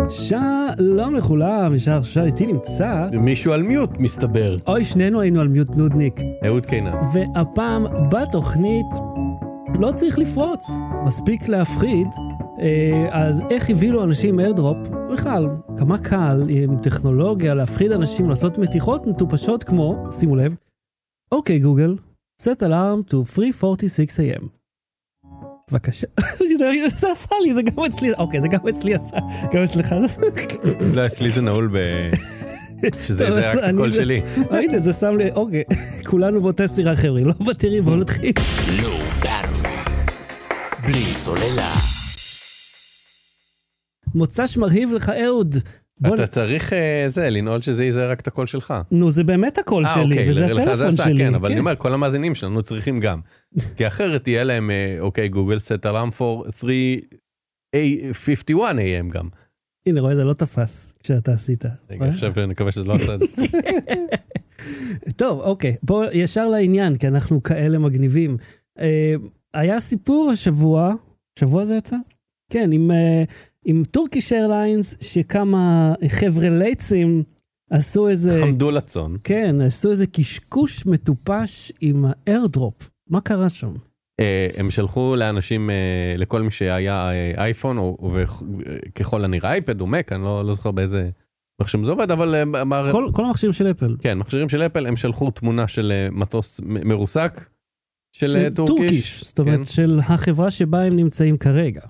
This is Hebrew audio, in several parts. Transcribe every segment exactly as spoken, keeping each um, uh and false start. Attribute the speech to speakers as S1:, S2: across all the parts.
S1: שלום לכולם, נשאר עכשיו איתי נמצא
S2: מישהו על מיוט מסתבר.
S1: אוי, שנינו היינו על מיוט נודניק.
S2: אהוד קינן.
S1: והפעם בתוכנית לא צריך לפרוץ, מספיק להפחיד. אז איך הביאו אנשים איירדרופ? בכלל, כמה קל עם טכנולוגיה להפחיד אנשים לעשות מתיחות מטופשות כמו, שימו לב, אוקיי גוגל, set alarm to three forty-six a.m. בבקשה. זה עשה לי, זה גם אצלי, אוקיי, זה גם אצלי עשה, גם אצלך.
S2: לא, אצלי זה נעול ב... שזה זה רק הקול שלי.
S1: הנה, זה שם לי, אוקיי, כולנו באותה סירה חבר'ה, לא בטרי, בואו נתחיל.
S3: לא ברור, בלי סוללה.
S1: מוצ"ש מרהיב לך אהוד.
S2: אתה צריך זה, לנעול שזה יזה רק את הקול שלך.
S1: נו, זה באמת הקול שלי, וזה הטלפון שלי.
S2: כן, אבל אני אומר, כל המאזינים שלנו צריכים גם. כי אחרת תהיה להם, אוקיי, גוגל, set alarm for three fifty-one a.m. גם.
S1: הנה, רואה, זה לא תפס כשאתה עשית.
S2: עכשיו נקווה שזה לא עשה את זה.
S1: טוב, אוקיי, בואו ישר לעניין, כי אנחנו כאלה מגניבים. היה סיפור השבוע, שבוע זה יצא? כן, עם... עם טורקיש איירליינס, שכמה חבר'ה ליצים עשו איזה...
S2: חמדו לצון.
S1: כן, עשו איזה קשקוש מטופש עם האיירדרופ. מה קרה שם?
S2: הם שלחו לאנשים, לכל מי שהיה אייפון, וככל הנראה אייפד או מק, אני לא זוכר באיזה מחשבים זה עובד, אבל...
S1: כל המכשירים של אפל.
S2: כן, מכשירים של אפל, הם שלחו תמונה של מטוס מרוסק, של טורקיש.
S1: זאת אומרת, של החברה שבה הם נמצאים כרגע.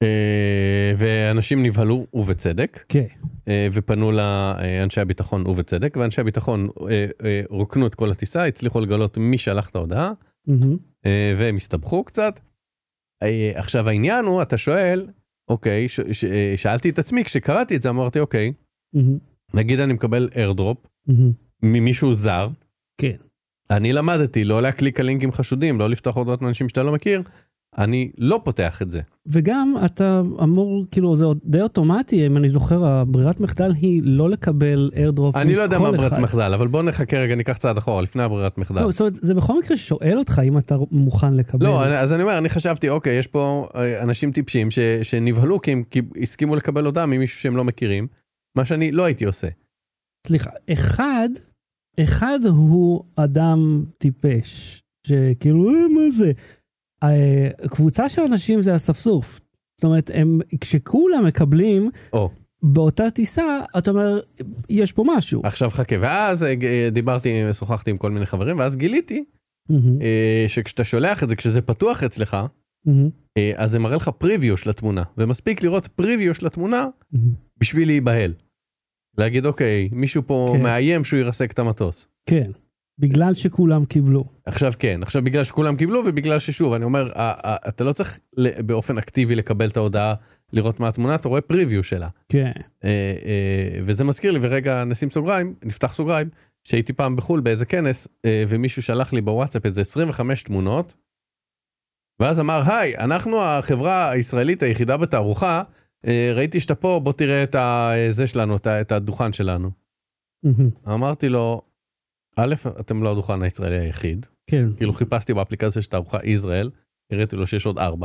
S2: ואנשים נבהלו ובצדק,
S1: כן.
S2: ופנו לאנשי הביטחון ובצדק, ואנשי הביטחון רוקנו את כל הטיסה, הצליחו לגלות מי שלח את ההודעה, והם הסתבכו קצת. עכשיו העניין הוא, אתה שואל, אוקיי, שאלתי את עצמי, כשקראתי את זה, אמרתי, אוקיי, נגיד אני מקבל איירדרופ, ממישהו זר,
S1: כן.
S2: אני למדתי לא להקליק על לינקים חשודים, לא לפתוח הודעות מאנשים שאתה לא מכיר, אני לא פותח את זה.
S1: וגם אתה אמור, כאילו, זה די אוטומטי, אם אני זוכר, הברירת מחדל היא לא לקבל איירדרופ.
S2: אני לא יודע מה ברירת מחדל, אבל בוא נחכה רגע, ניקח צעד אחורה, לפני הברירת מחדל.
S1: טוב, זאת אומרת, זה בכל מקרה שואל אותך אם אתה מוכן לקבל.
S2: לא, אז אני אומר, אני חשבתי, אוקיי, יש פה אנשים טיפשים שנבהלו, כי הם הסכימו לקבל הודעה ממישהו שהם לא מכירים, מה שאני לא הייתי עושה. סליחה,
S1: אחד, אחד הוא אדם טיפש, שכאילו, מה זה? הקבוצה של אנשים זה הספסוף. זאת אומרת, הם, כשכולם מקבלים
S2: oh.
S1: באותה טיסה, אתה אומר, יש פה משהו.
S2: עכשיו חכה, ואז דיברתי, שוחחתי עם כל מיני חברים, ואז גיליתי, mm-hmm. שכשאתה שולח את זה, כשזה פתוח אצלך, mm-hmm. אז זה מראה לך פריוויו של התמונה, ומספיק לראות פריוויו של התמונה, mm-hmm. בשביל להיבהל. להגיד, אוקיי, מישהו פה כן. מאיים שהוא ירסק את המטוס.
S1: כן. בגלל שכולם קיבלו.
S2: עכשיו כן, עכשיו בגלל שכולם קיבלו, ובגלל ששוב, אני אומר, אתה לא צריך באופן אקטיבי לקבל את ההודעה, לראות מה התמונה, אתה רואה פריוויו שלה.
S1: כן.
S2: וזה מזכיר לי, ורגע נשים סוגריים, נפתח סוגריים, שהייתי פעם בחול באיזה כנס, ומישהו שלח לי בוואטסאפ איזה עשרים וחמש תמונות, ואז אמר, היי, אנחנו החברה הישראלית היחידה בתערוכה, ראיתי שאתה פה, בוא תראה את זה שלנו, את הדוכן שלנו. אמרתי לו, א', אתם לא הדוכן הישראלי היחיד.
S1: כן.
S2: כאילו חיפשתי באפליקציה של תערוכה ישראל, הראיתי לו שיש עוד ארבע.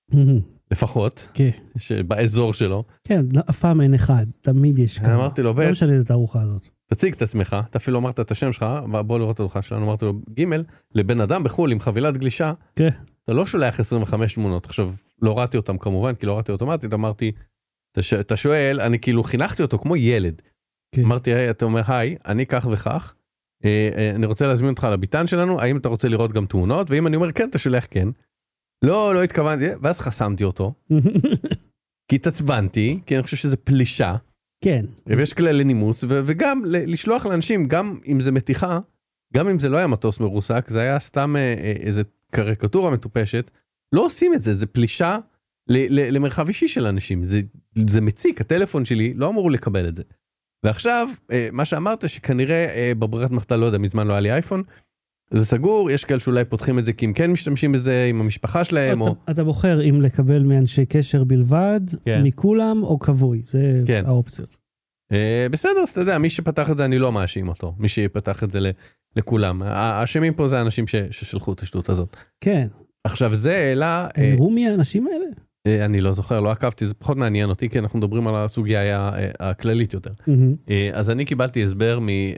S2: לפחות.
S1: כן.
S2: באזור שלו.
S1: כן, אף פעם אין אחד, תמיד יש כמה.
S2: אמרתי לו,
S1: לא משנה את התערוכה הזאת.
S2: תציג את עצמך, אתה אפילו אמרת את השם שלך, בוא לראות את הדוכן שלנו, אמרתי לו, ג' לבן אדם בחול עם חבילת גלישה,
S1: כן.
S2: אתה לא שולח עשרים וחמש תמונות. עכשיו, לא ראיתי אותם כמובן, כי לא ראיתי אוטומטית, אמרתי, אתה שואל, אני כאילו חינכתי אותו כמו ילד. אמרתי, אתה אומר, היי, אני כך וכך, אני רוצה להזמין אותך לביטן שלנו, האם אתה רוצה לראות גם תמונות, ואם אני אומר כן, אתה שולח כן. לא, לא התכוונתי, ואז חסמתי אותו, כי התעצבנתי, כי אני חושב שזה פלישה,
S1: כן.
S2: ויש כללי נימוס, וגם לשלוח לאנשים, גם אם זה מתיחה, גם אם זה לא היה מטוס מרוסק, זה היה סתם איזו קריקטורה מטופשת, לא עושים את זה, זה פלישה למרחב אישי של אנשים, זה מציק, הטלפון שלי לא אמור לקבל את זה. ועכשיו, מה שאמרת שכנראה בברירת מחדל, לא יודע, מזמן לא היה לי אייפון, זה סגור, יש כאלה שאולי פותחים את זה כי הם כן משתמשים בזה עם המשפחה שלהם.
S1: אתה, או... אתה בוחר אם לקבל מאנשי קשר בלבד, כן. מכולם או קבוי, זה כן. האופציות.
S2: אה, בסדר, אז אתה יודע, מי שפתח את זה אני לא מאשים אותו, מי שפתח את זה לכולם. האשמים פה זה האנשים ש... ששלחו את השטות הזאת.
S1: כן.
S2: עכשיו זה העלה...
S1: הם נראו מי האנשים האלה?
S2: אני לא זוכר, לא עקבתי, זה פחות מעניין אותי, כי אנחנו מדברים על הסוגיה הכללית יותר. אז אני קיבלתי הסבר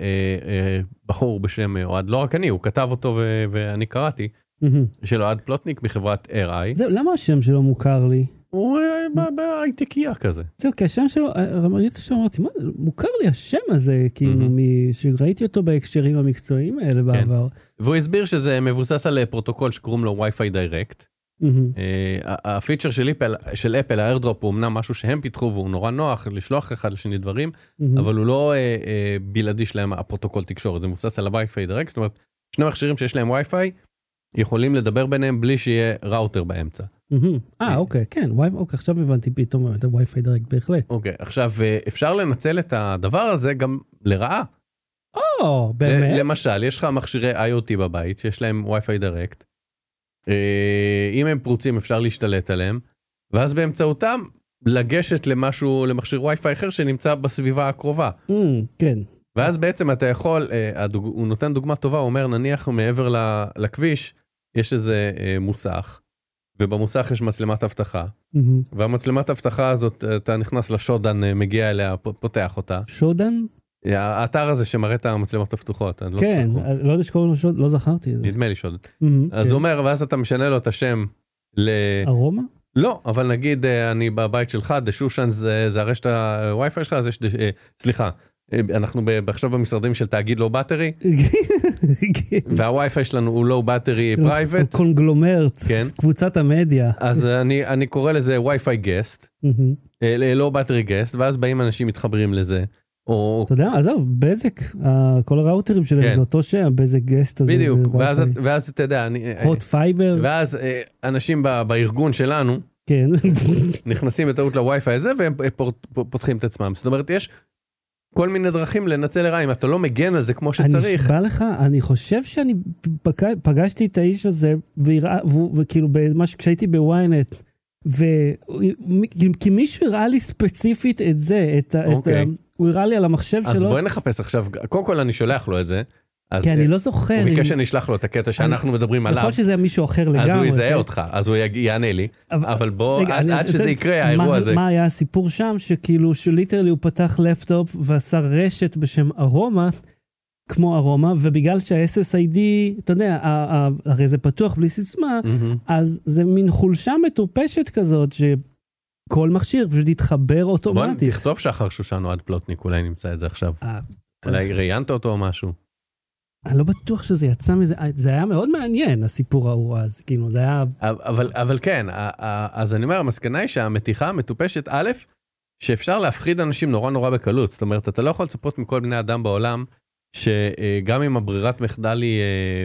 S2: מבחור בשם אוהד, לא רק אני, הוא כתב אותו ואני קראתי, של אוהד פלוטניק מחברת אייר איי.
S1: זהו, למה השם שלו מוכר לי?
S2: הוא בהייטקייה כזה.
S1: זהו, כי השם שלו, ראיתי שם, אמרתי, מה, מוכר לי השם הזה, כאילו, שראיתי אותו בהקשרים המקצועיים האלה בעבר.
S2: והוא הסביר שזה מבוסס על פרוטוקול שקוראים לו Wi-Fi Direct. הפיצ'ר של אפל, האיירדרופ, הוא אמנם משהו שהם פיתחו, והוא נורא נוח לשלוח אחד לשני דברים, אבל הוא לא בלעדי שלהם הפרוטוקול תקשורת, זה מבוסס על ה-Wi-Fi Direct, זאת אומרת, שני מכשירים שיש להם Wi-Fi, יכולים לדבר ביניהם בלי שיהיה ראוטר באמצע.
S1: אה, אוקיי, כן, אוקיי, עכשיו הבנתי פתאום את ה-Wi-Fi Direct בהחלט.
S2: אוקיי, עכשיו אפשר לנצל את הדבר הזה גם לרעה.
S1: או, באמת?
S2: למשל, יש לך מכשירי איי או טי בבית, שיש להם Wi-Fi Direct, אם הם פרוצים אפשר להשתלט עליהם, ואז באמצעותם לגשת למשהו, למכשיר Wi-Fi אחר שנמצא בסביבה הקרובה.
S1: כן.
S2: ואז בעצם אתה יכול, הוא נותן דוגמה טובה, הוא אומר נניח מעבר לכביש, יש איזה מוסך, ובמוסך יש מצלמת אבטחה, והמצלמת האבטחה הזאת, אתה נכנס לשודן, מגיע אליה, פותח אותה.
S1: שודן?
S2: האתר הזה שמראה את המצלמות הפתוחות.
S1: כן, לא יודע שקוראים לו שודן, לא זכרתי את זה.
S2: נדמה לי שודן. אז הוא אומר, ואז אתה משנה לו את השם ל...
S1: ארומה?
S2: לא, אבל נגיד אני בבית שלך, דשושן זה הרשת הווי-פיי שלך, אז יש, סליחה, אנחנו עכשיו במשרדים של תאגיד לואו בטרי, והווי-פיי שלנו הוא לואו בטרי פרייבט.
S1: קונגלומרט, קבוצת המדיה.
S2: אז אני קורא לזה ווי-פיי גסט, לואו בטרי גסט, ואז באים אנשים מתחברים לזה.
S1: אתה יודע, עזוב, בזק, כל הראוטרים שלהם זה אותו שם, בזק גסט הזה.
S2: בדיוק, ואז אתה יודע,
S1: הוט פייבר.
S2: ואז אנשים בארגון שלנו, נכנסים בטעות לווי-פיי הזה, והם פותחים את עצמם. זאת אומרת, יש כל מיני דרכים לנצל לרעה, אם אתה לא מגן על זה כמו שצריך.
S1: אני אשבע לך, אני חושב שאני פגשתי את האיש הזה, וכאילו, כשהייתי בוויינט, כי מישהו הראה לי ספציפית את זה, הוא הראה לי על המחשב שלו.
S2: אז בואי נחפש עכשיו, קודם כל אני שולח לו את זה.
S1: כי אני לא זוכר.
S2: הוא ביקש שאני אשלח לו את הקטע שאנחנו מדברים עליו.
S1: יכול שזה מישהו אחר לגמרי.
S2: אז הוא יזהה אותך, אז הוא יענה לי. אבל בוא, עד שזה יקרה, האירוע הזה.
S1: מה היה הסיפור שם? שכאילו, שליטרלי הוא פתח לפטופ ועשה רשת בשם ארומה, כמו ארומה, ובגלל שה-אס אס איי די, אתה יודע, הרי זה פתוח בלי סיסמה, אז זה מין חולשה מטופשת כזאת, שכל מכשיר פשוט יתחבר אוטומטית.
S2: בוא תכתוב שחר שושן או עד פלוטניק, אולי נמצא את זה עכשיו. אולי ראיינת אותו או משהו.
S1: אני לא בטוח שזה יצא מזה, זה היה מאוד מעניין, הסיפור ההוא אז, כאילו, זה היה...
S2: אבל, אבל כן, אז אני אומר, המסקנה היא שהמתיחה המטופשת, א', שאפשר להפחיד אנשים נורא נורא בקלות, זאת אומרת, אתה לא יכול לצפות מכל בני אדם בעולם, שגם אם הברירת מחדל היא...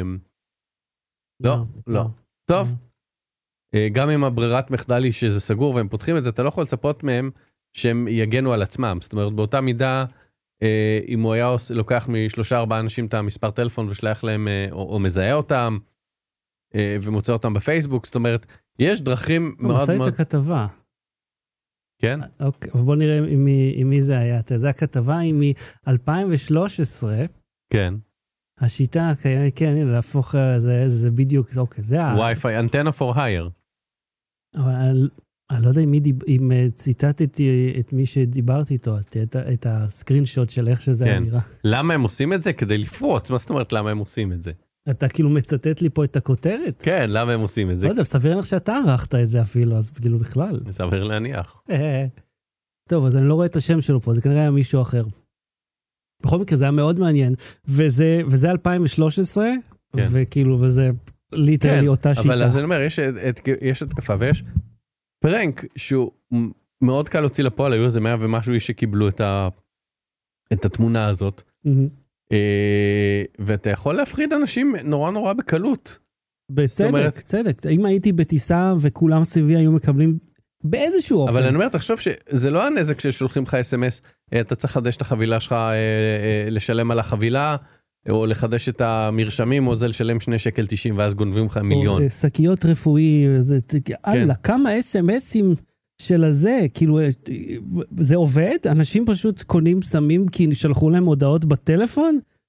S2: לא, לא. טוב. גם אם הברירת מחדל היא שזה סגור והם פותחים את זה, אתה לא יכול לצפות מהם שהם יגנו על עצמם. זאת אומרת, באותה מידה, אם הוא היה לוקח משלושה ארבעה אנשים את המספר טלפון ושלח להם, או, או מזהה אותם, ומוצא אותם בפייסבוק, זאת אומרת, יש דרכים מאוד מאוד...
S1: הוא מצא את הכתבה.
S2: כן?
S1: אוקיי, ובוא נראה עם מי זה היה. זה הכתבה היא מ-אלפיים ושלוש עשרה.
S2: כן.
S1: השיטה, כן, להפוך לזה, זה בדיוק, אוקיי, זה ה...
S2: Wi-Fi, antenna for hire.
S1: אבל אני לא יודע אם ציטטתי את מי שדיברתי איתו, אז תהיה את הסקרינשוט של איך שזה היה נראה.
S2: למה הם עושים את זה? כדי לפרוץ. מה זאת אומרת למה הם עושים את זה?
S1: אתה כאילו מצטט לי פה את הכותרת?
S2: כן, למה הם עושים את זה?
S1: לא יודע, סביר לך שאתה ערכת את זה אפילו, אז כאילו בכלל.
S2: סביר להניח.
S1: טוב, אז אני לא רואה את השם שלו פה, זה כנראה היה מישהו אחר. בכל מקרה, זה היה מאוד מעניין, וזה, וזה אלפיים ושלוש עשרה, כן. וכאילו, וזה ליטרלי כן, אותה שיטה.
S2: אבל אז אני אומר, יש, את, יש התקפה, ויש פרנק, שהוא מאוד קל להוציא לפועל, היו איזה מאה ומשהו איש שקיבלו את, ה, את התמונה הזאת, mm-hmm. אה, ואתה יכול להפחיד אנשים נורא נורא בקלות.
S1: בצדק, אומרת, צדק. אם הייתי בטיסה, וכולם סביבי היו מקבלים באיזשהו אופן.
S2: אבל אני אומר, תחשוב שזה לא הנזק ששולחים לך אס אם אס, אתה צריך לחדש את החבילה שלך, לשלם על החבילה, או לחדש את המרשמים, או זה לשלם שני שקל תשעים, ואז גונבים לך מיליון.
S1: או שקיות רפואי, אללה, כמה אס אם אסים של הזה, כאילו, זה עובד? אנשים פשוט קונים סמים כי שלחו להם הודעות בטלפון,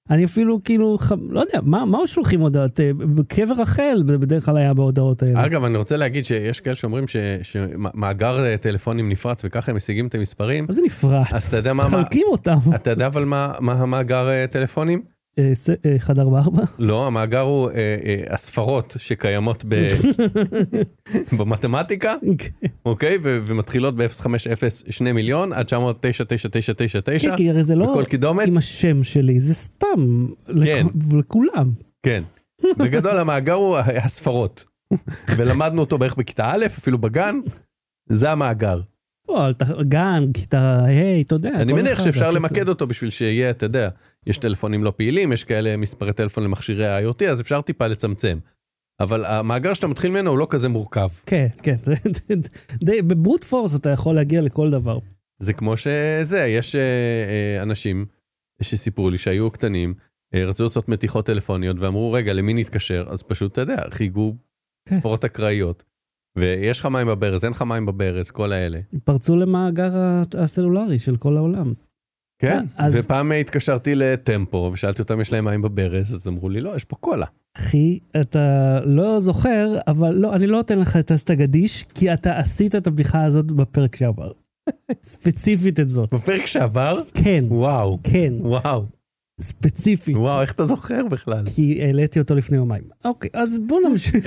S1: אני אפילו כאילו, לא יודע, מה, מה שולחים הודעות? בקבר רחל בדרך כלל היה בהודעות האלה.
S2: אגב, אני רוצה להגיד שיש כאלה שאומרים שמאגר טלפונים נפרץ, וככה הם משיגים את המספרים.
S1: מה זה נפרץ?
S2: אז אתה יודע מה...
S1: חלקים אותם.
S2: אתה יודע אבל מה המאגר טלפונים?
S1: אחד ארבע ארבע?
S2: לא, המאגר הוא הספרות שקיימות במתמטיקה, אוקיי? ומתחילות ב-אפס חמש אפס שני מיליון עד תשע מאות תשע תשע תשע תשע תשע.
S1: כן, כי הרי זה לא עם השם שלי, זה סתם לכולם.
S2: כן, בגדול המאגר הוא הספרות, ולמדנו אותו בערך בכיתה א', אפילו בגן, זה המאגר.
S1: גן, כיתה, היי, אתה יודע.
S2: אני מניח שאפשר למקד אותו בשביל שיהיה, אתה יודע, יש טלפונים לא פעילים, יש כאלה מספרי טלפון למכשירי ה-איי או טי, אז אפשר טיפה לצמצם. אבל המאגר שאתה מתחיל ממנו הוא לא כזה מורכב.
S1: כן, כן. בברוט פורס אתה יכול להגיע לכל דבר.
S2: זה כמו שזה, יש אנשים שסיפרו לי שהיו קטנים, רצו לעשות מתיחות טלפוניות, ואמרו, רגע, למי נתקשר? אז פשוט, אתה יודע, חייגו ספורות אקראיות. ויש לך מים בברז, אין לך מים בברז, כל האלה.
S1: פרצו למאגר הסלולרי של כל העולם.
S2: כן, ופעם התקשרתי לטמפו, ושאלתי אותם, יש להם מים בברז, אז אמרו לי, לא, יש פה קולה.
S1: אחי, אתה לא זוכר, אבל לא, אני לא אתן לך את הסטגדיש, כי אתה עשית את הבדיחה הזאת בפרק שעבר. ספציפית את זאת.
S2: בפרק שעבר?
S1: כן.
S2: וואו.
S1: כן.
S2: וואו.
S1: ספציפית.
S2: וואו, איך אתה זוכר בכלל?
S1: כי העליתי אותו לפני יומיים. אוקיי, אז בוא נמשיך.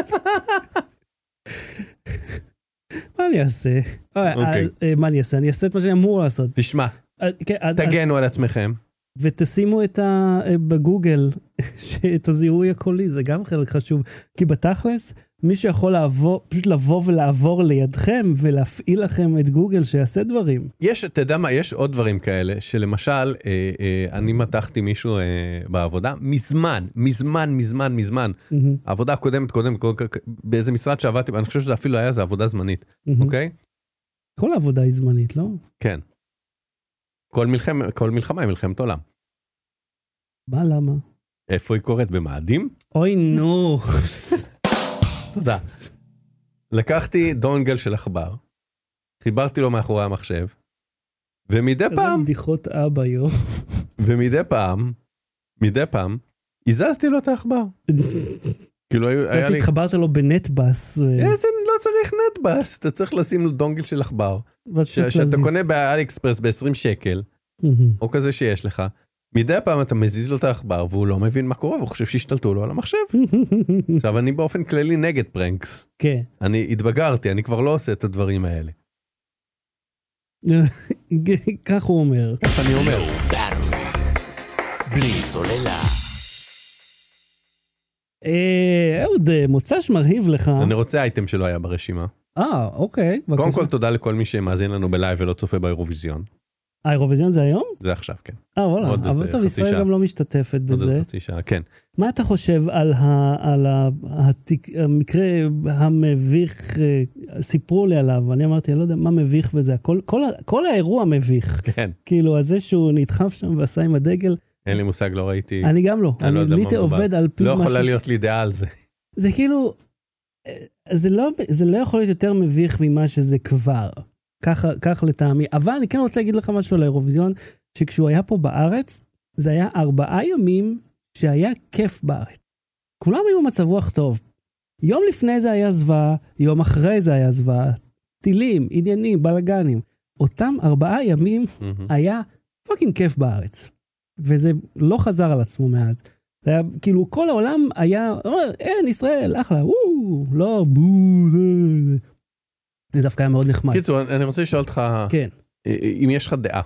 S1: מה אני אעשה? מה אני אעשה? אני אעשה את מה שאני אמור לעשות.
S2: תשמע, תגנו על עצמכם.
S1: ותשימו את ה... בגוגל, את הזיהוי הקולי, זה גם חלק חשוב. כי בתכלס, מי שיכול לעבור, פשוט לבוא ולעבור לידכם, ולהפעיל לכם את גוגל שיעשה דברים.
S2: יש, אתה יודע מה, יש עוד דברים כאלה, שלמשל, אה, אה, אני מתחתי מישהו אה, בעבודה, מזמן, מזמן, מזמן, מזמן. Mm-hmm. העבודה הקודמת, קודם, באיזה משרד שעבדתי, אני חושב שזה אפילו היה, זה עבודה זמנית, mm-hmm. אוקיי?
S1: כל העבודה היא זמנית, לא?
S2: כן. כל מלחמה, כל מלחמה היא מלחמת עולם.
S1: מה, למה?
S2: איפה היא קורית? במאדים?
S1: אוי, נו.
S2: תודה. לקחתי דונגל של עכבר, חיברתי לו מאחורי המחשב, ומדי פעם...
S1: איזה בדיחות אבא, יו.
S2: ומדי פעם, מדי פעם, הזזתי לו את העכבר. כאילו, היה לי...
S1: התחברת לו בנטבאס.
S2: איזה, לא צריך נטבאס, אתה צריך לשים לו דונגל של עכבר, שאתה קונה באלי אקספרס ב-עשרים שקל, או כזה שיש לך, מדי פעם אתה מזיז לו את העכבר, והוא לא מבין מה קורה, והוא חושב שהשתלטו לו על המחשב. עכשיו, אני באופן כללי נגד פרנקס.
S1: כן.
S2: אני התבגרתי, אני כבר לא עושה את הדברים האלה.
S1: כך הוא אומר.
S2: כך אני אומר.
S3: בלי סוללה.
S1: אהוד, מוצ"ש מרהיב לך.
S2: אני רוצה אייטם שלא היה ברשימה.
S1: אה, אוקיי.
S2: קודם כל תודה לכל מי שמאזין לנו בלייב ולא צופה באירוויזיון.
S1: האירוויזיון זה היום?
S2: זה עכשיו, כן.
S1: אה, וואלה, אבל טוב, ישראל גם לא משתתפת בזה.
S2: עוד חצי שעה, כן.
S1: מה אתה חושב על, ה, על ה, התיק, המקרה המביך, סיפרו לי עליו, אני אמרתי, אני לא יודע מה מביך בזה, כל, כל, כל האירוע מביך.
S2: כן.
S1: כאילו, הזה שהוא נדחף שם ועשה עם הדגל.
S2: אין לי מושג, לא ראיתי.
S1: אני גם לא. אני לי עובד על פי
S2: משהו. לא יכולה להיות לי דעה על זה.
S1: זה כאילו, זה לא, זה לא יכול להיות יותר מביך ממה שזה כבר. כך, כך לטעמי. אבל אני כן רוצה להגיד לך משהו על האירוויזיון, שכשהוא היה פה בארץ, זה היה ארבעה ימים שהיה כיף בארץ. כולם היו מצב רוח טוב. יום לפני זה היה זוועה, יום אחרי זה היה זוועה, טילים, עניינים, בלגנים. אותם ארבעה ימים mm-hmm. היה פאקינג כיף בארץ. וזה לא חזר על עצמו מאז. זה היה, כאילו, כל העולם היה, אין, ישראל, אחלה, וואו, לא, בוא, זה... זה דווקא היה מאוד נחמד.
S2: קיצור, אני רוצה לשאול אותך,
S1: כן.
S2: אם יש לך דעה.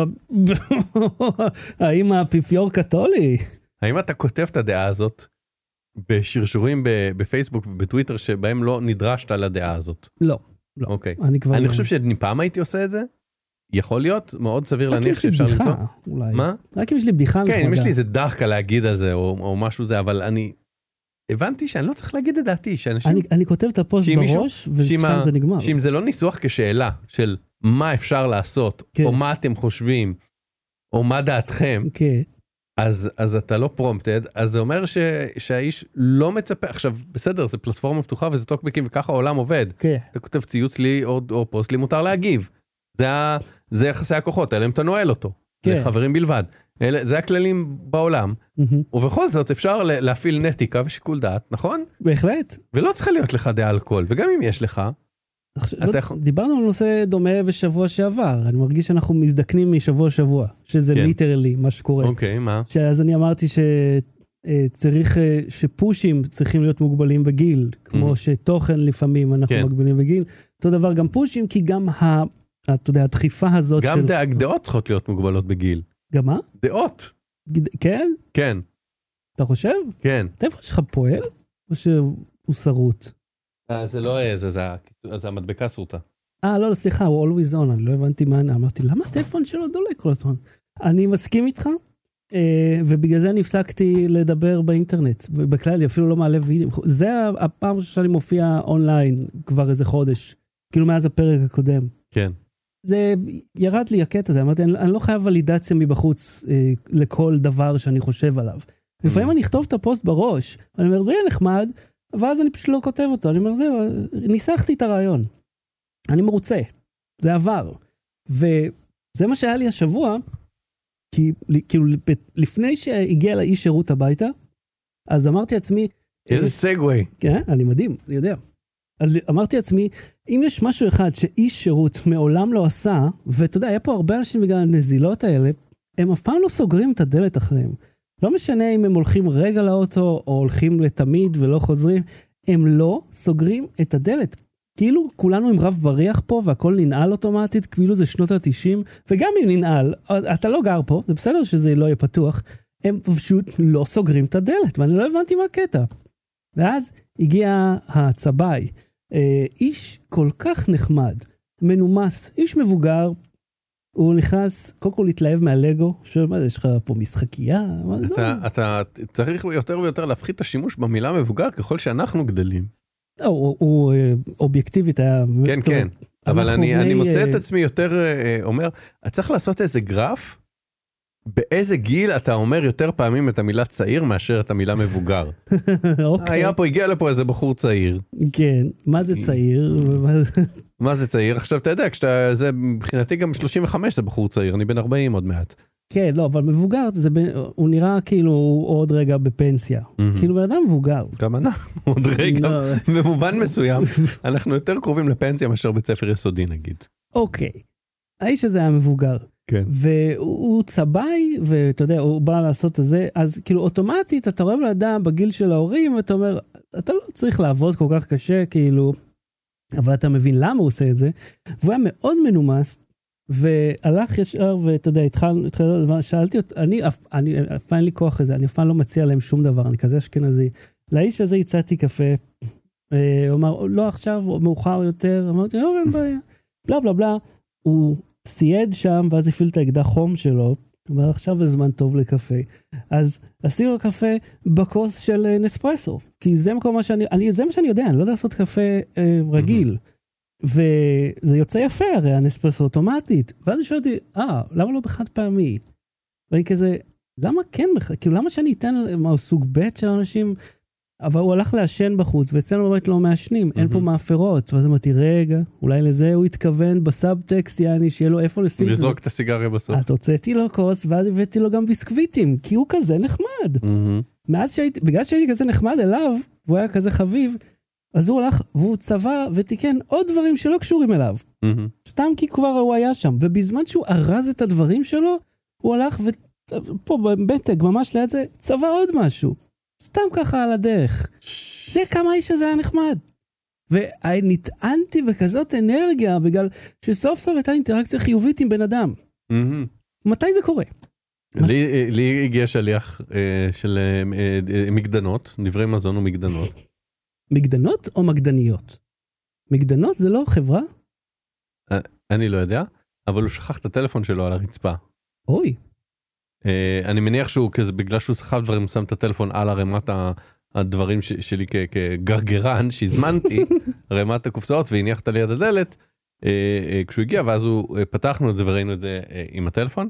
S1: האם האפיפיור קתולי?
S2: האם אתה כותב את הדעה הזאת בשרשורים בפייסבוק ובטוויטר שבהם לא נדרשת על הדעה הזאת?
S1: לא, לא.
S2: אוקיי.
S1: אני כבר...
S2: אני חושב שפעם הייתי עושה את זה, יכול להיות מאוד סביר להניח שאפשר למצוא.
S1: רק אם יש לי בדיחה, אולי.
S2: מה?
S1: רק אם יש לי בדיחה נחמדה.
S2: כן, אם יש לי איזה דחקה להגיד על זה, או משהו זה, אבל אני... הבנתי שאני לא צריך להגיד את דעתי, שאנשים...
S1: אני, אני כותב את הפוסט בראש, ושם זה נגמר.
S2: שאם זה לא ניסוח כשאלה של מה אפשר לעשות, כן. או מה אתם חושבים, או מה דעתכם,
S1: כן.
S2: אז, אז אתה לא פרומפטד, אז זה אומר ש, שהאיש לא מצפה, עכשיו, בסדר, זה פלטפורמה פתוחה וזה טוקבקים, וככה העולם עובד.
S1: כן.
S2: אתה כותב ציוץ לי או, או פוסט לי, מותר להגיב. זה, ה, זה יחסי הכוחות, האלה אם אתה נועל אותו. כן. זה חברים בלבד. אלה, זה הכללים בעולם, ובכל זאת אפשר להפעיל נטיקה ושיקול דעת, נכון?
S1: בהחלט.
S2: ולא צריכה להיות לך דעה על כל, וגם אם יש לך,
S1: דיברנו על נושא דומה בשבוע שעבר, אני מרגיש שאנחנו מזדקנים משבוע שבוע, שזה ליטרלי מה שקורה.
S2: אוקיי, מה?
S1: אז אני אמרתי שצריך, שפושים צריכים להיות מוגבלים בגיל, כמו שתוכן לפעמים אנחנו מגבילים בגיל, אותו דבר גם פושים, כי גם אתה יודע, הדחיפה הזאת של...
S2: גם דעות צריכות להיות מוגבלות בגיל.
S1: גם מה?
S2: דעות.
S1: כן?
S2: כן.
S1: אתה חושב?
S2: כן.
S1: איפה שלך פועל? או שהוא שרוט?
S2: זה לא זה, זה המדבקה סרוטה.
S1: אה, לא, סליחה, הוא always on, אני לא הבנתי מה, אמרתי, למה הטלפון שלו דולק כל הזמן? אני מסכים איתך, ובגלל זה אני הפסקתי לדבר באינטרנט, ובכלל אני אפילו לא מעלה וידאו, זה הפעם שאני מופיע אונליין כבר איזה חודש, כאילו מאז הפרק הקודם.
S2: כן.
S1: זה ירד לי הקטע הזה, אמרתי, אני לא חייב ולידציה מבחוץ לכל דבר שאני חושב עליו. לפעמים אני אכתוב את הפוסט בראש, אני אומר, זה יהיה נחמד, ואז אני פשוט לא כותב אותו, אני אומר, זהו, ניסחתי את הרעיון. אני מרוצה, זה עבר. וזה מה שהיה לי השבוע, כי כאילו לפני שהגיע לאיש שירות הביתה, אז אמרתי לעצמי...
S2: איזה סגווי.
S1: כן, אני מדהים, אני יודע. אז אמרתי לעצמי, אם יש משהו אחד שאיש שירות מעולם לא עשה, ואתה יודע, היה פה הרבה אנשים בגלל הנזילות האלה, הם אף פעם לא סוגרים את הדלת אחריהם. לא משנה אם הם הולכים רגע לאוטו, או הולכים לתמיד ולא חוזרים, הם לא סוגרים את הדלת. כאילו כולנו עם רב בריח פה, והכל ננעל אוטומטית, כאילו זה שנות ה-תשעים, וגם אם ננעל, אתה לא גר פה, זה בסדר שזה לא יהיה פתוח, הם פשוט לא סוגרים את הדלת, ואני לא הבנתי מה הקטע. ואז הגיע הצבאי, איש כל כך נחמד, מנומס, איש מבוגר, הוא נכנס, קודם כל להתלהב מהלגו, שואל, מה זה, יש לך פה משחקייה?
S2: אתה צריך יותר ויותר להפחית את השימוש במילה מבוגר, ככל שאנחנו גדלים.
S1: הוא אובייקטיבית היה...
S2: כן, כן, אבל אני מוצא את עצמי יותר אומר, צריך לעשות איזה גרף, באיזה גיל אתה אומר יותר פעמים את המילה צעיר מאשר את המילה מבוגר. היה פה, הגיע לפה איזה בחור צעיר.
S1: כן, מה זה צעיר?
S2: מה זה צעיר? עכשיו אתה יודע, זה מבחינתי גם שלושים וחמש זה בחור צעיר, אני בן ארבעים עוד מעט.
S1: כן, לא, אבל מבוגר, הוא נראה כאילו עוד רגע בפנסיה. כאילו בן אדם מבוגר.
S2: גם אנחנו עוד רגע, במובן מסוים, אנחנו יותר קרובים לפנסיה מאשר בית ספר יסודי נגיד.
S1: אוקיי, האיש הזה היה מבוגר.
S2: כן.
S1: והוא צבאי, ואתה יודע, הוא בא לעשות את זה, אז כאילו אוטומטית אתה רואה לאדם בגיל של ההורים, ואתה אומר, אתה לא צריך לעבוד כל כך קשה, כאילו, אבל אתה מבין למה הוא עושה את זה, והוא היה מאוד מנומס, והלך ישר, ואתה יודע, התחל, התחל, שאלתי אותו, אני, אף, אני, אף פעם אין לי כוח לזה, אני אף פעם לא מציע להם שום דבר, אני כזה אשכנזי. לאיש הזה הצעתי קפה, הוא אמר, לא עכשיו, מאוחר יותר, אמרתי, לא, אין בעיה, בלה בלה בלה, הוא סייד שם, ואז הפעיל את האקדח חום שלו, הוא אומר, עכשיו זה זמן טוב לקפה, אז עשינו קפה בקוס של נספרסו, כי זה מקום מה שאני, אני, זה מה שאני יודע, אני לא יודע לעשות קפה אה, רגיל, וזה יוצא יפה, הרי הנספרסו אוטומטית, ואז אני שואלתי, אה, למה לא בחד פעמי? ואני כזה, למה כן בכלל? כאילו, למה שאני אתן מה, סוג ב' של אנשים, אבל הוא הלך לעשן בחוץ, ואצלנו בבית לא מעשנים, אין פה מאפרות, ואז אמרתי, רגע, אולי לזה הוא התכוון בסאבטקסט, יעני, שיהיה לו איפה לשים.
S2: לזרוק את הסיגריה בסוף.
S1: את הוצאתי לו כוס, ואז הבאתי לו גם ביסקוויטים, כי הוא כזה נחמד. מאז שהייתי, בגלל שהייתי כזה נחמד אליו, והוא היה כזה חביב, אז הוא הלך, והוא צבע ותיקן עוד דברים שלא קשורים אליו. סתם כי כבר הוא היה שם, ובזמן שהוא ארז את הדברים שלו, הוא הלך, ופה במתג, ממש ליד זה, צבע עוד משהו. סתם ככה על הדרך. זה כמה האיש הזה היה נחמד. ונטענתי בכזאת אנרגיה, בגלל שסוף סוף הייתה אינטראקציה חיובית עם בן אדם. מתי זה קורה?
S2: לי הגיע שליח של מגדנות, דברי מזון ומגדנות.
S1: מגדנות או מגדניות? מגדנות זה לא חברה?
S2: אני לא יודע, אבל הוא שכח את הטלפון שלו על הרצפה.
S1: אוי.
S2: אני מניח שהוא כזה, בגלל שהוא שכב דברים, הוא שם את הטלפון על הרמת הדברים שלי כגרגרן, שהזמנתי, רמת הקופסאות, והניח את ליד הדלת, כשהוא הגיע, ואז הוא, פתחנו את זה וראינו את זה עם הטלפון,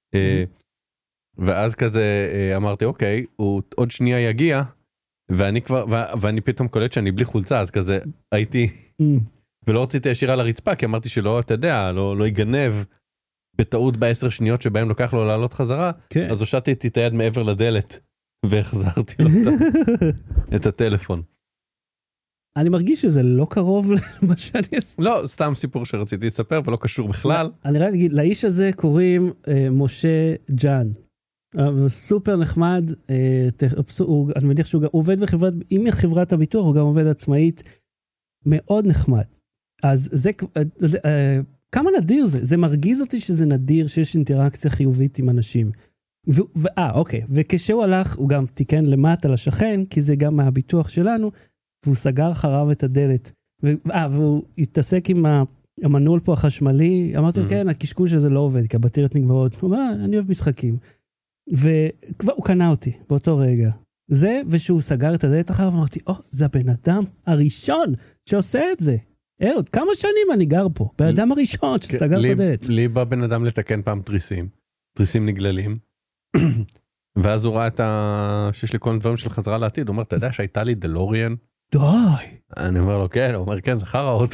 S2: ואז כזה אמרתי, אוקיי, הוא עוד שנייה יגיע, ואני כבר, ואני פתאום קולט שאני בלי חולצה, אז כזה הייתי, ולא רציתי להשאיר על הרצפה, כי אמרתי שלא, אתה יודע, לא, לא יגנב בטעות בעשר שניות שבהם לוקח לו לעלות חזרה,
S1: כן.
S2: אז הושטתי את היד מעבר לדלת, והחזרתי לו את הטלפון.
S1: אני מרגיש שזה לא קרוב למה שאני אעשה.
S2: לא, סתם סיפור שרציתי לספר, ולא קשור בכלל.
S1: אני רק אגיד, לאיש הזה קוראים אה, משה ג'אן. הוא סופר נחמד, אה, הוא, אני מניח שהוא עובד בחברת, עם חברת הביטוח, הוא גם עובד עצמאית, מאוד נחמד. אז זה, אה, אה, כמה נדיר זה? זה מרגיז אותי שזה נדיר שיש אינטראקציה חיובית עם אנשים. ואה, אוקיי, וכשהוא הלך, הוא גם תיקן למטה לשכן, כי זה גם מהביטוח שלנו, והוא סגר אחריו את הדלת. ואה, והוא התעסק עם המנעול פה החשמלי, אמרתי לו, כן, הקשקוש הזה לא עובד, כי הבטריות נגמרות. הוא אמר, אני אוהב משחקים. וכבר הוא קנה אותי באותו רגע. זה, ושהוא סגר את הדלת אחריו, אמרתי, או, זה הבן אדם הראשון שעושה את זה. אהוד, כמה שנים אני גר פה? בן אדם הראשון שסגר את הדלת.
S2: לי בא בן אדם לתקן פעם תריסים, תריסים נגללים, ואז הוא ראה את ה... שיש לי כל דברים של חזרה לעתיד, הוא אומר, אתה יודע שהייתה לי דלוריאן?
S1: די.
S2: אני אומר לו, כן, הוא אומר, כן, זה חרא האוטו.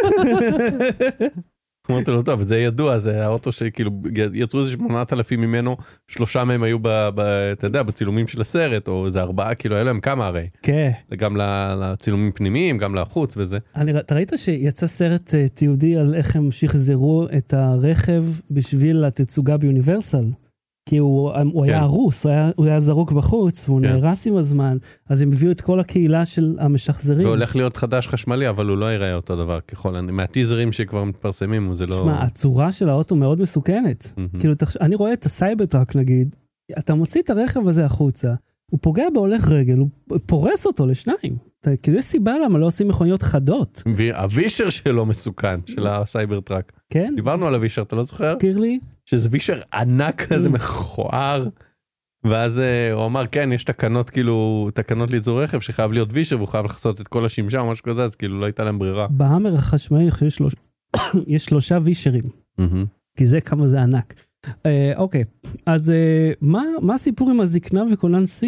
S2: אמרתי לו, טוב, זה ידוע, זה האוטו שכאילו, יצרו איזה שמונת אלפים ממנו, שלושה מהם היו, אתה יודע, בצילומים של הסרט, או איזה ארבעה, כאילו, היה להם כמה הרי.
S1: כן.
S2: גם לצילומים פנימיים, גם לחוץ וזה.
S1: אתה ראית שיצא סרט תיעודי על איך הם שחזרו את הרכב בשביל התצוגה ביוניברסל? כי הוא, הוא היה הרוס, הוא היה, הוא היה זרוק בחוץ, והוא נהרס עם הזמן, אז הם הביאו את כל הקהילה של המשחזרים.
S2: והולך להיות חדש חשמלי, אבל הוא לא ייראה אותו דבר, ככל, מהטיזרים שכבר מתפרסמים, זה לא...
S1: שמה, הצורה של האוטו מאוד מסוכנת. כאילו, אני רואה את הסייברטראק, נגיד, אתה מוציא את הרכב הזה החוצה, הוא פוגע בהולך רגל, הוא פורס אותו לשניים. כאילו, יש סיבה למה לא עושים מכוניות חדות.
S2: והווישר שלו מסוכן, של הסייברטראק.
S1: כן?
S2: דיברנו על הווישר, אתה לא זוכר?
S1: תזכיר לי.
S2: שזה וישר ענק כזה מכוער, ואז הוא אמר, כן, יש תקנות כאילו, תקנות ליצור רכב שחייב להיות וישר, והוא חייב לחסות את כל השמשה או משהו כזה, אז כאילו לא הייתה להם ברירה.
S1: בהאמר החשמלי יש שלושה וישרים, כי זה כמה זה ענק. אוקיי, אז מה הסיפור עם הזקנה וקולן C?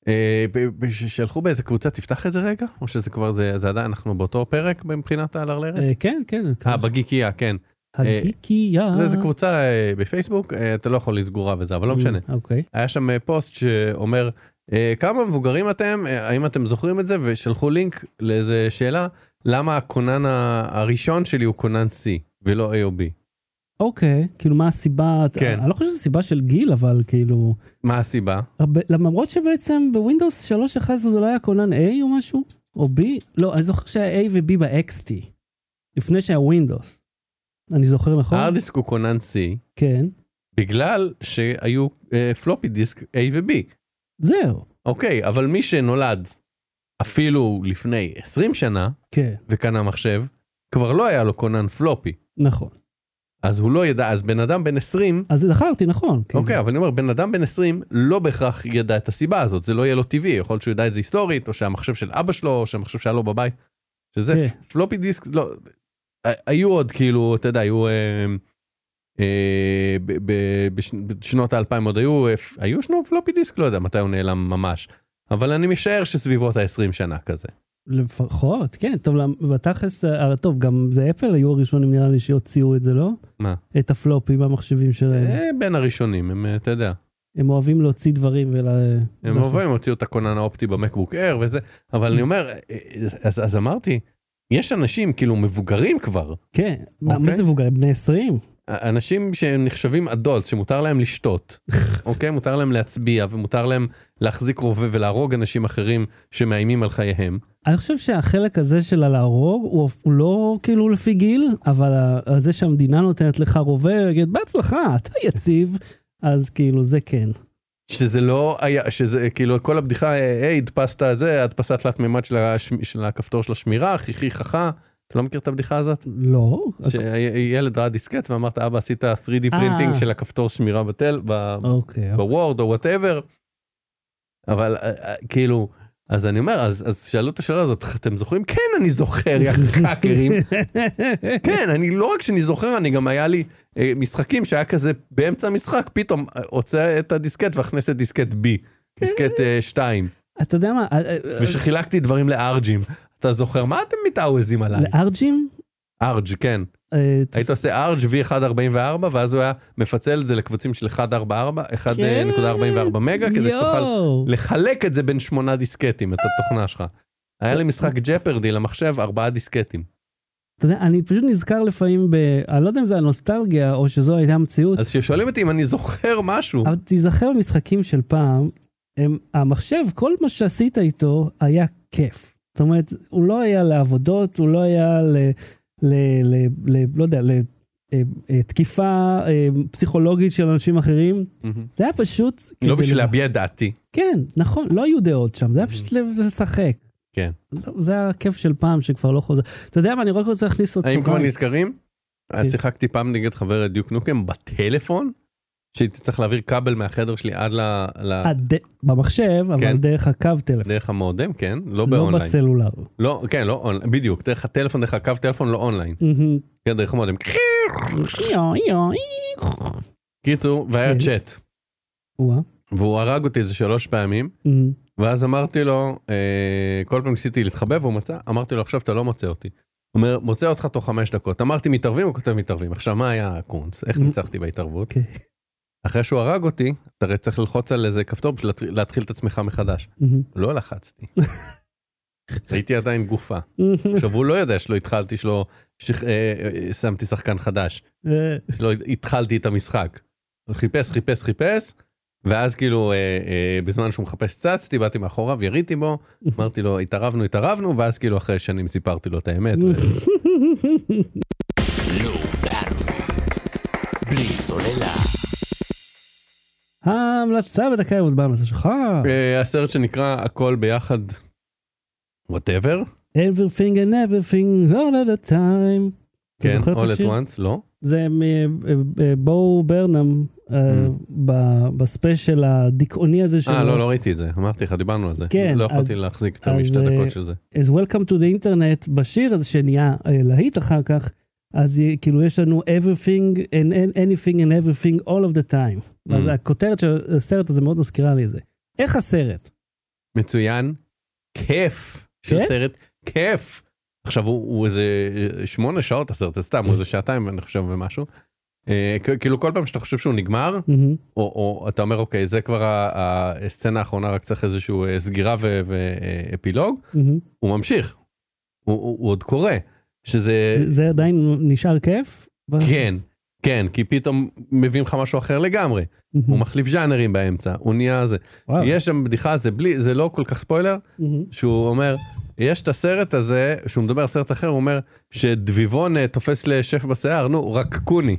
S2: שלחו באיזה קבוצה, תפתח את זה רגע? או שזה כבר, זה עדיין, אנחנו באותו פרק מבחינת הלרלרת?
S1: כן, כן.
S2: אה, בגיקייה, כן.
S1: הגיקייה.
S2: זה איזה קבוצה בפייסבוק, אתה לא יכול לסגורה וזה, אבל לא משנה.
S1: אוקיי.
S2: היה שם פוסט שאומר, כמה מבוגרים אתם, האם אתם זוכרים את זה, ושלחו לינק לאיזה שאלה, למה הקונן הראשון שלי הוא קונן C, ולא A או B.
S1: אוקיי, כאילו מה הסיבה,
S2: כן.
S1: אני לא חושב שזו סיבה של גיל, אבל כאילו...
S2: מה הסיבה?
S1: למרות שבעצם בווינדוס שלוש נקודה אחת עשרה זה לא היה קונן A או משהו? או B? לא, אני זוכר שהיה A ו-B ב-אקס טי, לפני שהיה ווינדוס. אני זוכר נכון?
S2: הארדיסק הוא קונן C.
S1: כן.
S2: בגלל שהיו פלופי דיסק A ו-B.
S1: זהו.
S2: אוקיי, אבל מי שנולד אפילו לפני עשרים שנה,
S1: כן.
S2: וקנה מחשב, כבר לא היה לו קונן פלופי.
S1: נכון.
S2: אז הוא לא ידע, אז בן אדם בן עשרים...
S1: אז זכרתי, נכון.
S2: אוקיי, אבל אני אומר, בן אדם בן עשרים לא בהכרח ידע את הסיבה הזאת, זה לא יהיה לו טבעי, יכול להיות שהוא ידע את זה היסטורית, או שהמחשב של אבא שלו, או שהמחשב שהיה לו בבית, שזה פלופי דיסק, לא, היו עוד כאילו, אתה יודע, היו, בשנות האלפיים עוד היו, היו שנו פלופי דיסק, לא יודע מתי הוא נעלם ממש, אבל אני משער שסביבות ה-עשרים שנה כזה.
S1: לפחות, כן, טוב, בתכלס, טוב, גם זה אפל היו הראשונים נראה לי שהוציאו את זה, לא?
S2: מה?
S1: את הפלופים במחשבים שלהם.
S2: בין הראשונים, הם, אתה יודע.
S1: הם אוהבים להוציא דברים ול...
S2: הם אוהבים להוציא את הקונן האופטי במקבוק אייר וזה, אבל אני אומר, אז, אז אמרתי, יש אנשים כאילו מבוגרים כבר.
S1: כן, מה, מה זה מבוגרים? בני עשרים?
S2: אנשים שנחשבים אדולט, שמותר להם לשתות, אוקיי? מותר להם להצביע, ומותר להם להחזיק רובה ולהרוג אנשים אחרים שמאיימים על חייהם.
S1: אני חושב שהחלק הזה של להרוג, הוא, הוא לא כאילו לפי גיל, אבל זה שהמדינה נותנת לך רובה, יגיד, בהצלחה, אתה יציב, אז כאילו זה כן.
S2: שזה לא היה, שזה כאילו כל הבדיחה, היי, הדפסת את זה, הדפסת תלת מימד של, הש... של הכפתור של השמירה, חיכי חכה, אתה לא מכיר את הבדיחה הזאת?
S1: לא.
S2: שילד ראה דיסקט ואמרת, אבא, עשית תרי די פרינטינג של הכפתור שמירה בטל, בוורד או whatever. אבל כאילו, אז אני אומר, אז שאלו את השאלה הזאת, אתם זוכרים? כן, אני זוכר, יא קאקרים. כן, אני לא רק שאני זוכר, אני גם היה לי משחקים שהיה כזה באמצע המשחק, פתאום הוצא את הדיסקט והכנס את דיסקט B, דיסקט שתיים.
S1: אתה יודע מה?
S2: ושחילקתי דברים לארג'ים. אתה זוכר, מה אתם מתעווזים עליי?
S1: לארג'ים?
S2: ארג', כן. היית עושה ארג' וי אחת נקודה ארבעים וארבע, ואז הוא היה מפצל את זה לקבצים של אחת נקודה ארבעים וארבע מגה, כדי שתוכל לחלק את זה בין שמונה דיסקטים, את התוכנה שלך. היה לי משחק ג'פרדי למחשב, ארבעה דיסקטים.
S1: אתה יודע, אני פשוט נזכר לפעמים, ב... אני לא יודע אם זה הנוסטלגיה, או שזו הייתה המציאות.
S2: אז ששואלים אותי אם אני זוכר משהו.
S1: אבל תזכר במשחקים של פעם, הם, המחשב, כל מה שעשית איתו, היה כיף. זאת אומרת, הוא לא היה לעבודות, הוא לא היה ל... ל... ל... ל... לא יודע, לתקיפה פסיכולוגית של אנשים אחרים. זה היה פשוט...
S2: לא בשביל להביע דעתי.
S1: כן, נכון, לא היו דעות שם, זה היה פשוט לשחק.
S2: כן.
S1: זה הכיף של פעם שכבר לא חוזר. אתה יודע מה, אני רק רוצה להכניס עוד
S2: האם כבר נזכרים? אז שיחקתי פעם נגד חבר דיוק נוקם בטלפון, שהייתי צריך להעביר כבל מהחדר שלי עד ל...
S1: במחשב, אבל דרך הקו טלפון.
S2: דרך המודם, כן, לא באונליין.
S1: לא בסלולר.
S2: לא, כן, לא אונליין, בדיוק, דרך הטלפון, דרך הקו טלפון, לא אונליין. כן, דרך המודם. קיצור, והיה צ'אט. והוא הרג אותי איזה שלוש פעמים, ואז אמרתי לו, כל פעם ניסיתי להתחבא, והוא מצא, אמרתי לו, עכשיו אתה לא מוצא אותי. הוא אומר, מוצא אותך תוך חמש דקות. אמרתי, מתערבים, הוא כותב מתערבים. עכשיו, מה היה הקונץ? איך ניצחתי בהתערבות? אחרי שהוא הרג אותי, אתה הרי צריך ללחוץ על איזה כפתור בשביל להתחיל את עצמך מחדש. לא לחצתי. הייתי עדיין גופה. עכשיו, הוא לא יודע שלא התחלתי, שלא שמתי שחקן חדש. שלא התחלתי את המשחק. חיפש, חיפש, חיפש, ואז כאילו, בזמן שהוא מחפש צצתי, באתי מאחוריו, יריתי בו, אמרתי לו, התערבנו, התערבנו, ואז כאילו אחרי שנים סיפרתי לו את האמת.
S3: בלי סוללה.
S1: ההמלצה בדקה ימות בהמלצה שלך.
S2: הסרט שנקרא הכל ביחד, whatever.
S1: Everything and everything all of the time.
S2: כן, all at once, לא?
S1: זה בואו ברנם, בספיישל הדיכאוני הזה שלו.
S2: אה, לא, לא ראיתי את זה, אמרתי לך, דיברנו על זה.
S1: כן.
S2: לא יכולתי להחזיק את המשתי דקות של זה.
S1: אז Welcome to the Internet, בשיר הזה שנהיה להיט אחר כך, אז כאילו יש לנו everything and anything and everything all of the time. אז הכותרת של הסרט הזה מאוד מזכירה לי את זה. איך הסרט?
S2: מצוין, כיף של סרט, כיף. עכשיו הוא איזה שמונה שעות הסרט, סתם, הוא איזה שעתיים אני חושב ומשהו. כאילו כל פעם שאתה חושב שהוא נגמר, או אתה אומר אוקיי, זה כבר הסצנה האחרונה, רק צריך איזשהו סגירה ואפילוג, הוא ממשיך, הוא עוד קורא. שזה...
S1: זה עדיין נשאר כיף?
S2: כן, כן, כי פתאום מביאים לך משהו אחר לגמרי. הוא מחליף ז'אנרים באמצע, הוא נהיה זה. יש שם בדיחה, זה בלי, זה לא כל כך ספוילר, שהוא אומר, יש את הסרט הזה, שהוא מדבר על סרט אחר, הוא אומר, שדביבון תופס לשף בשיער, נו, רק קוני.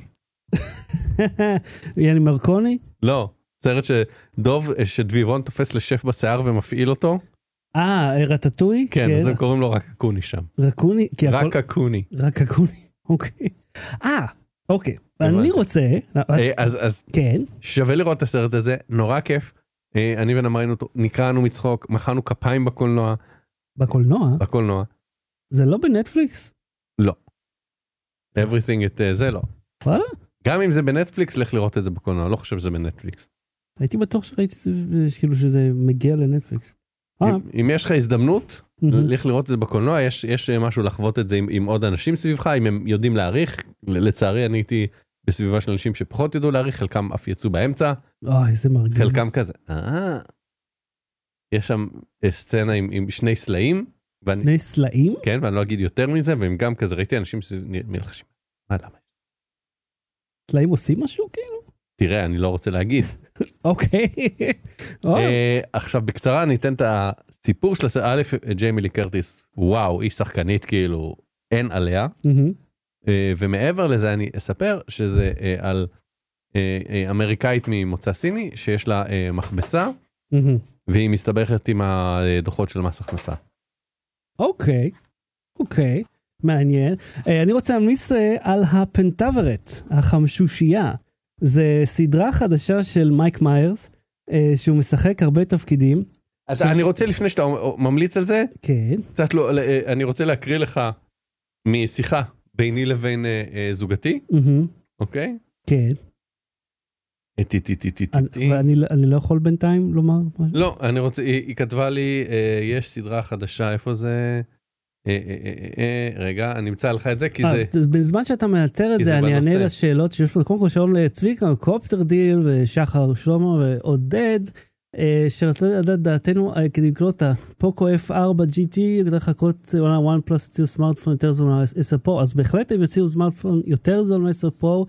S1: יאני מרקוני?
S2: לא, סרט שדוב, שדביבון תופס לשף בשיער ומפעיל אותו.
S1: אה, רטטוי?
S2: כן, אז הם קוראים לו רק הקוני שם.
S1: רקוני?
S2: רק הקוני.
S1: רק הקוני, אוקיי. אה, אוקיי. אני רוצה...
S2: אז שווה לראות את הסרט הזה, נורא כיף. אני ונאמרנו אותו, נקראנו מצחוק, מחאנו כפיים בקולנוע.
S1: בקולנוע?
S2: בקולנוע.
S1: זה לא בנטפליקס?
S2: לא. Everything את זה לא.
S1: וואלה?
S2: גם אם זה בנטפליקס, לך לראות את זה בקולנוע, לא חושב שזה בנטפליקס.
S1: הייתי בטוח שראיתי כאילו שזה מגיע לנטפליקס.
S2: אם יש לך הזדמנות, לך לראות את זה בקולנוע, יש משהו לחוות את זה עם עוד אנשים סביבך, אם הם יודעים להעריך, לצערי אני הייתי בסביבה של אנשים שפחות ידעו להעריך, חלקם אף יצאו באמצע,
S1: איזה מרגיז.
S2: חלקם כזה, אה, יש שם סצנה עם שני סלעים,
S1: שני סלעים?
S2: כן, ואני לא אגיד יותר מזה, והם גם כזה, ראיתי אנשים מלחשים, מה למה?
S1: סלעים עושים משהו כאילו?
S2: תראה, אני לא רוצה להגיד.
S1: אוקיי.
S2: עכשיו, בקצרה אני אתן את הסיפור של הסרט. א', ג'יימי לי קרטיס, וואו, איש שחקנית, כאילו, אין עליה. ומעבר לזה אני אספר שזה על אמריקאית ממוצא סיני, שיש לה מכבסה, והיא מסתבכת עם הדוחות של מס הכנסה.
S1: אוקיי, אוקיי, מעניין. אני רוצה להמליץ על הפנטברט, החמשושייה. זה סדרה חדשה של מייק מיירס, שהוא משחק הרבה תפקידים.
S2: אז אני רוצה לפני שאתה ממליץ על זה,
S1: כן.
S2: קצת לא, אני רוצה להקריא לך משיחה ביני לבין זוגתי, אוקיי?
S1: כן.
S2: איתי, איתי, איתי,
S1: איתי. ואני לא יכול בינתיים לומר משהו?
S2: לא, אני רוצה, היא כתבה לי, יש סדרה חדשה, איפה זה? רגע, אני אמצא לך את זה, כי
S1: זה... בזמן שאתה מאתר את זה, אני אענה לשאלות שיש פה, קודם כל שלום לצביקה, קופטר דיל, ושחר שלמה, ועודד, שרצה לדעת דעתנו, כדי לקנות את הפוקו אף ארבע ג'י טי, כדי לחכות וואן פלוס יוציאו סמארטפון יותר זול מ-עשר פרו, אז בהחלט הם יוציאו סמארטפון יותר זול מ-עשר פרו,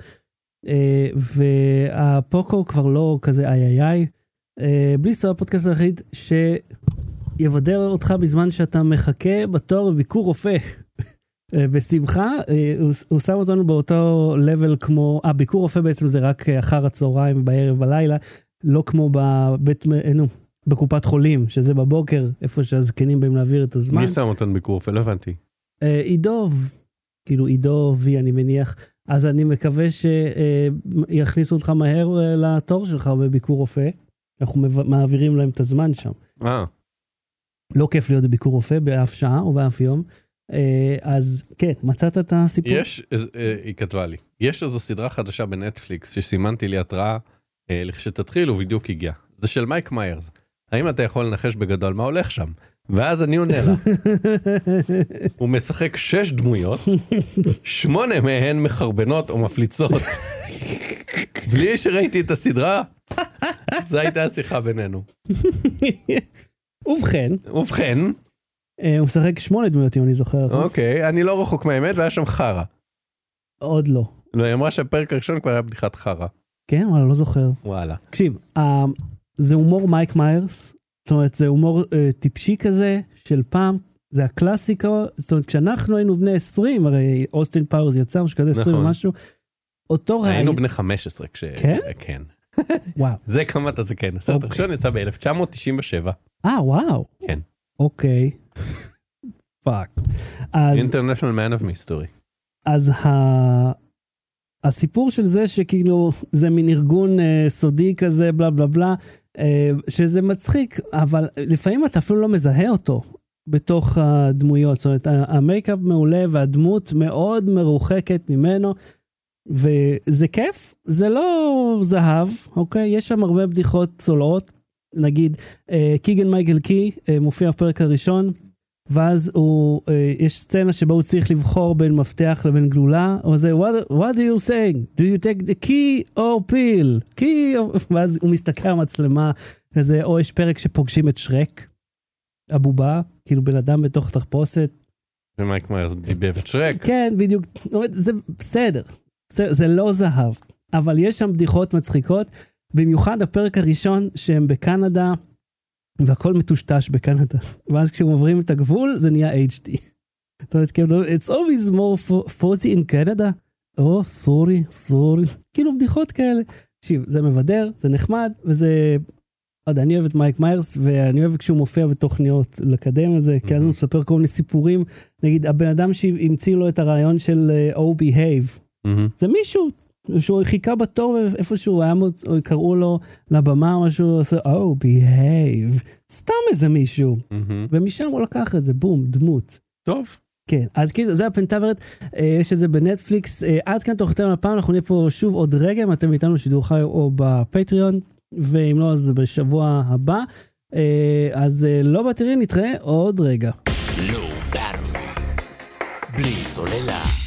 S1: והפוקו כבר לא כזה איי איי איי, בלי סוף הפודקאסט היחיד שיבדר אותך בזמן שאתה מחכה בתור בביקור רופא. בשמחה, הוא שם אותנו באותו לבל כמו, אה, ביקור רופא בעצם זה רק אחר הצהריים, בערב, בלילה, לא כמו בבית, נו, בקופת חולים, שזה בבוקר, איפה שהזקנים באים להעביר את הזמן.
S2: מי שם אותנו ביקור רופא? לא הבנתי.
S1: עידוב, כאילו עידו וי, אני מניח. אז אני מקווה שיכניסו אותך מהר לתור שלך בביקור רופא. אנחנו מעבירים להם את הזמן שם.
S2: אה.
S1: לא כיף להיות בביקור רופא באף שעה או באף יום. אז כן, מצאת את הסיפור?
S2: יש, היא כתבה לי, יש איזו סדרה חדשה בנטפליקס שסימנתי לי התראה לכשתתחיל ובדיוק הגיע. זה של מייק מיירס. האם אתה יכול לנחש בגדול מה הולך שם? ואז אני עונה לה. הוא משחק שש דמויות, שמונה מהן מחרבנות או מפליצות. בלי שראיתי את הסדרה, זו הייתה השיחה בינינו.
S1: ובכן.
S2: ובכן.
S1: הוא משחק שמונה דמויות, אם אני זוכר.
S2: אוקיי, אני לא רחוק מהאמת, והיה שם חרה.
S1: עוד לא.
S2: לא, היא אמרה שהפרק הראשון כבר היה בדיחת חרה.
S1: כן, וואלה, לא זוכר.
S2: וואלה.
S1: תקשיב, זה הומור מייק מיירס, זאת אומרת, זה הומור טיפשי כזה, של פעם, זה הקלאסיקה, זאת אומרת, כשאנחנו היינו בני עשרים, הרי אוסטין פאוורס יצא, משהו כזה עשרים ומשהו, אותו ראי...
S2: היינו בני חמש עשרה כש...
S1: כן?
S2: כן.
S1: וואו.
S2: זה כמה זה כן. הסרט הראשון יצא ב-אלף תשע מאות תשעים ושבע.
S1: אה, וואו.
S2: כן.
S1: אוקיי. פאק.
S2: International Man of Mystery.
S1: אז ה... הסיפור של זה שכאילו זה מין ארגון אה, סודי כזה, בלה בלה בלה, אה, שזה מצחיק, אבל לפעמים אתה אפילו לא מזהה אותו בתוך הדמויות. זאת אומרת, המייקאפ מעולה והדמות מאוד מרוחקת ממנו, וזה כיף, זה לא זהב, אוקיי? יש שם הרבה בדיחות צולעות, נגיד, אה, קיגן מייקל קי אה, מופיע בפרק הראשון, ואז הוא, אה, יש סצנה שבה הוא צריך לבחור בין מפתח לבין גלולה, או זה, what, what do you say? Do you take the key or pill? key or... ואז הוא מסתכל על מצלמה, וזה, או יש פרק שפוגשים את שרק, הבובה, כאילו בן אדם בתוך תחפושת.
S2: ומייק מיירס דיבב את שרק.
S1: כן, בדיוק, זה בסדר, זה, זה לא זהב, אבל יש שם בדיחות מצחיקות, במיוחד הפרק הראשון שהם בקנדה, והכל מטושטש בקנדה. ואז כשהם עוברים את הגבול, זה נהיה אייץ' די. זאת אומרת, כאילו, it's always more fuzzy in Canada. Oh, sorry, sorry. כאילו, בדיחות כאלה. תקשיב, זה מבדר, זה נחמד, וזה... עוד, אני אוהב את מייק מיירס, ואני אוהב כשהוא מופיע בתוכניות לקדם את זה, כי אז הוא מספר כל מיני סיפורים. נגיד, הבן אדם שהמציא לו את הרעיון של Oh, behave. זה מישהו... שהוא חיכה בתור איפשהו, או קראו לו לבמה או משהו, עושה, oh, behave, סתם איזה מישהו, ומשם הוא לקח איזה, בום, דמות.
S2: טוב.
S1: כן, אז זה הפנטברט, יש את זה בנטפליקס, עד כאן תוכנית הפעם, אנחנו נהיה פה שוב עוד רגע, אם אתם איתנו בשידור חי או בפטריון, ואם לא, אז בשבוע הבא, אז לא בטרי, נתראה עוד רגע.
S3: לא בטרי, בלי סוללה.